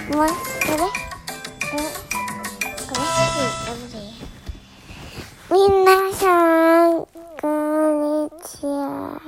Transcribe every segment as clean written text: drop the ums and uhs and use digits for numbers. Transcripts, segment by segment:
もうこれみなさんこんにちは。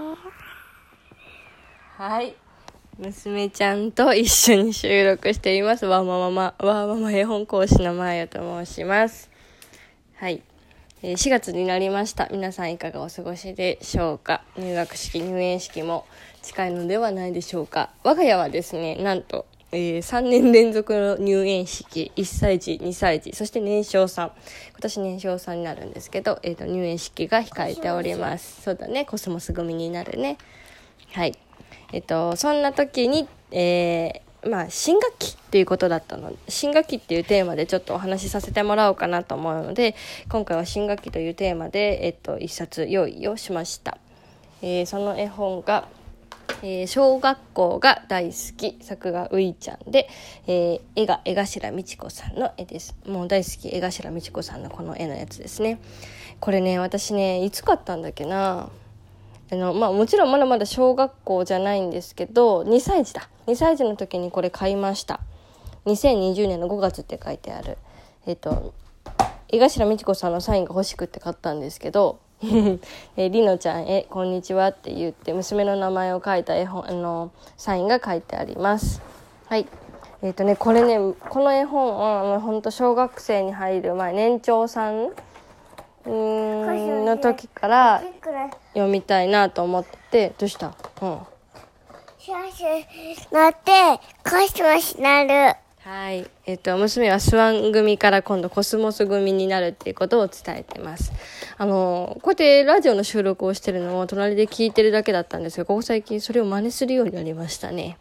はい、娘ちゃんと一緒に収録しています。わーママ絵本講師のまやと申します。はい、4月になりました。皆さんいかがお過ごしでしょうか。入学式入園式も近いのではないでしょうか。我が家はですね、なんと3年連続の入園式、1歳児、2歳児、そして年少さん、今年年少さんになるんですけど、入園式が控えております。そうだね、コスモス組になるね。はい、そんな時に、新学期っていうことだったので、新学期っていうテーマでちょっとお話しさせてもらおうかなと思うので、今回は新学期というテーマで、一冊用意をしました。その絵本が小学校が大好き、作画ういちゃんで、絵が江頭美智子さんの絵です。もう大好き江頭美智子さんのこの絵のやつですね。これね、私ね、いつ買ったんだっけな。もちろんまだまだ小学校じゃないんですけど、2歳児の時にこれ買いました。2020年の5月って書いてある江頭美智子さんのサインが欲しくって買ったんですけどりのちゃんこんにちはって言って娘の名前を書いた絵本サインが書いてあります。はい、これね、この絵本は本当小学生に入る前、年長さんの時から読みたいなと思ってて。どうした？ シャシュなってコスモスなる。 はい、娘はスワン組から今度コスモス組になるっていうことを伝えてます。こうやってラジオの収録をしてるのを隣で聞いてるだけだったんですが、ここ最近それを真似するようになりましたね。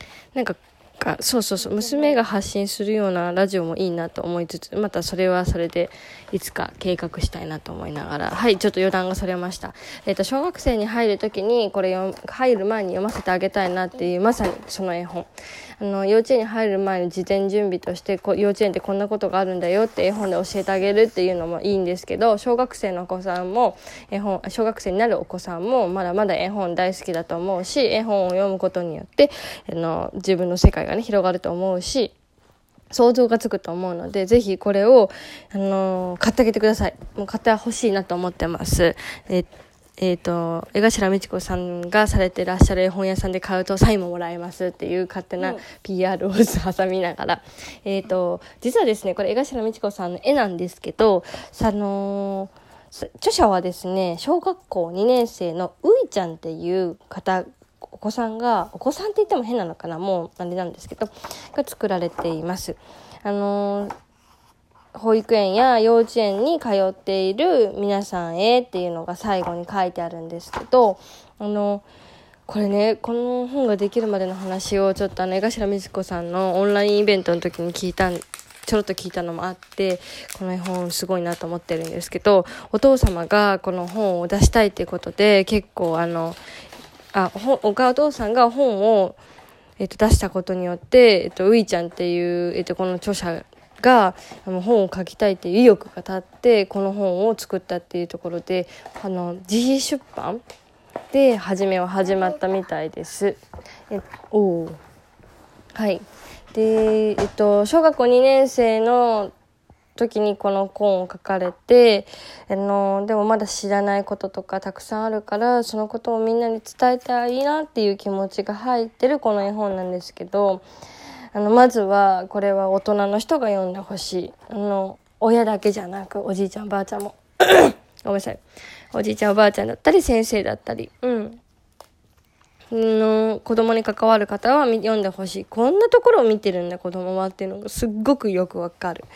そう娘が発信するようなラジオもいいなと思いつつ、またそれはそれでいつか計画したいなと思いながら、はい、ちょっと余談がそれました。小学生に入る時にこれ入る前に読ませてあげたいなっていう、まさにその絵本。幼稚園に入る前の事前準備として、幼稚園ってこんなことがあるんだよって絵本で教えてあげるっていうのもいいんですけど、小学生のお子さんも小学生になるお子さんもまだまだ絵本大好きだと思うし、絵本を読むことによって自分の世界がね広がると思うし、想像がつくと思うので、ぜひこれを買ってあげてください。もう買ってほしいなと思ってます。江頭美智子さんがされてらっしゃる絵本屋さんで買うとサインももらえますっていう勝手な PR を挟みながら、実はですね、これ江頭美智子さんの絵なんですけど、著者はですね、小学校2年生のういちゃんっていうお子さんって言っても変なのかな、もうあれなんですけど、が作られています。保育園や幼稚園に通っている皆さんへっていうのが最後に書いてあるんですけど、これね、この本ができるまでの話をちょっと江頭美智子さんのオンラインイベントの時にちょろっと聞いたのもあって、この絵本すごいなと思ってるんですけど、お父様がこの本を出したいっていうことで、結構お父さんが本を、出したことによって、ういちゃんっていう、この著者が本を書きたいっていう意欲が立ってこの本を作ったっていうところで、自費出版で始まったみたいです。はい。で、小学校2年生の時にこの本を書かれて、でもまだ知らないこととかたくさんあるから、そのことをみんなに伝えたらいいなっていう気持ちが入ってるこの絵本なんですけど、まずはこれは大人の人が読んでほしい。親だけじゃなくおじいちゃんおばあちゃんもごめんなさい、おじいちゃんおばあちゃんだったり先生だったり、子供に関わる方は読んでほしい。こんなところを見てるんだ子供はっていうのがすっごくよくわかる。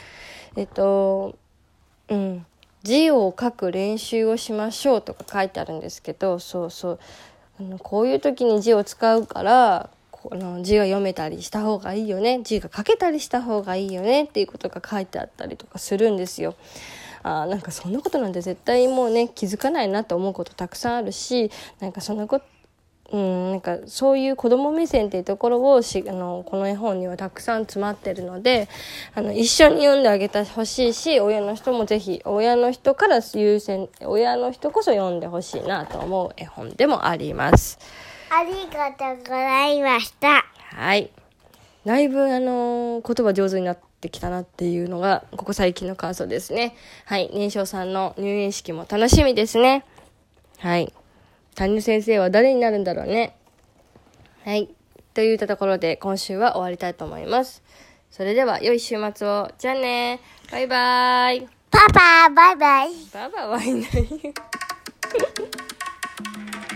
字を書く練習をしましょうとか書いてあるんですけど、こういう時に字を使うから字が読めたりした方がいいよね、字が書けたりした方がいいよねっていうことが書いてあったりとかするんですよ。なんかそんなことなんて絶対もうね気づかないなと思うことたくさんあるし、なんかそんなことなんかそういう子供目線っていうところをこの絵本にはたくさん詰まってるので、一緒に読んであげてほしいし、親の人もぜひ親の人こそ読んでほしいなと思う絵本でもあります。 ありがとうございました。 はい。 だいぶ言葉上手になってきたなっていうのがここ最近の感想ですね。はい、年少さんの入園式も楽しみですね。はい、担任先生は誰になるんだろうね。はい、といったところで今週は終わりたいと思います。それでは良い週末を。じゃあね、バイバイ。 パパバイバイ。 バイバイはいないよ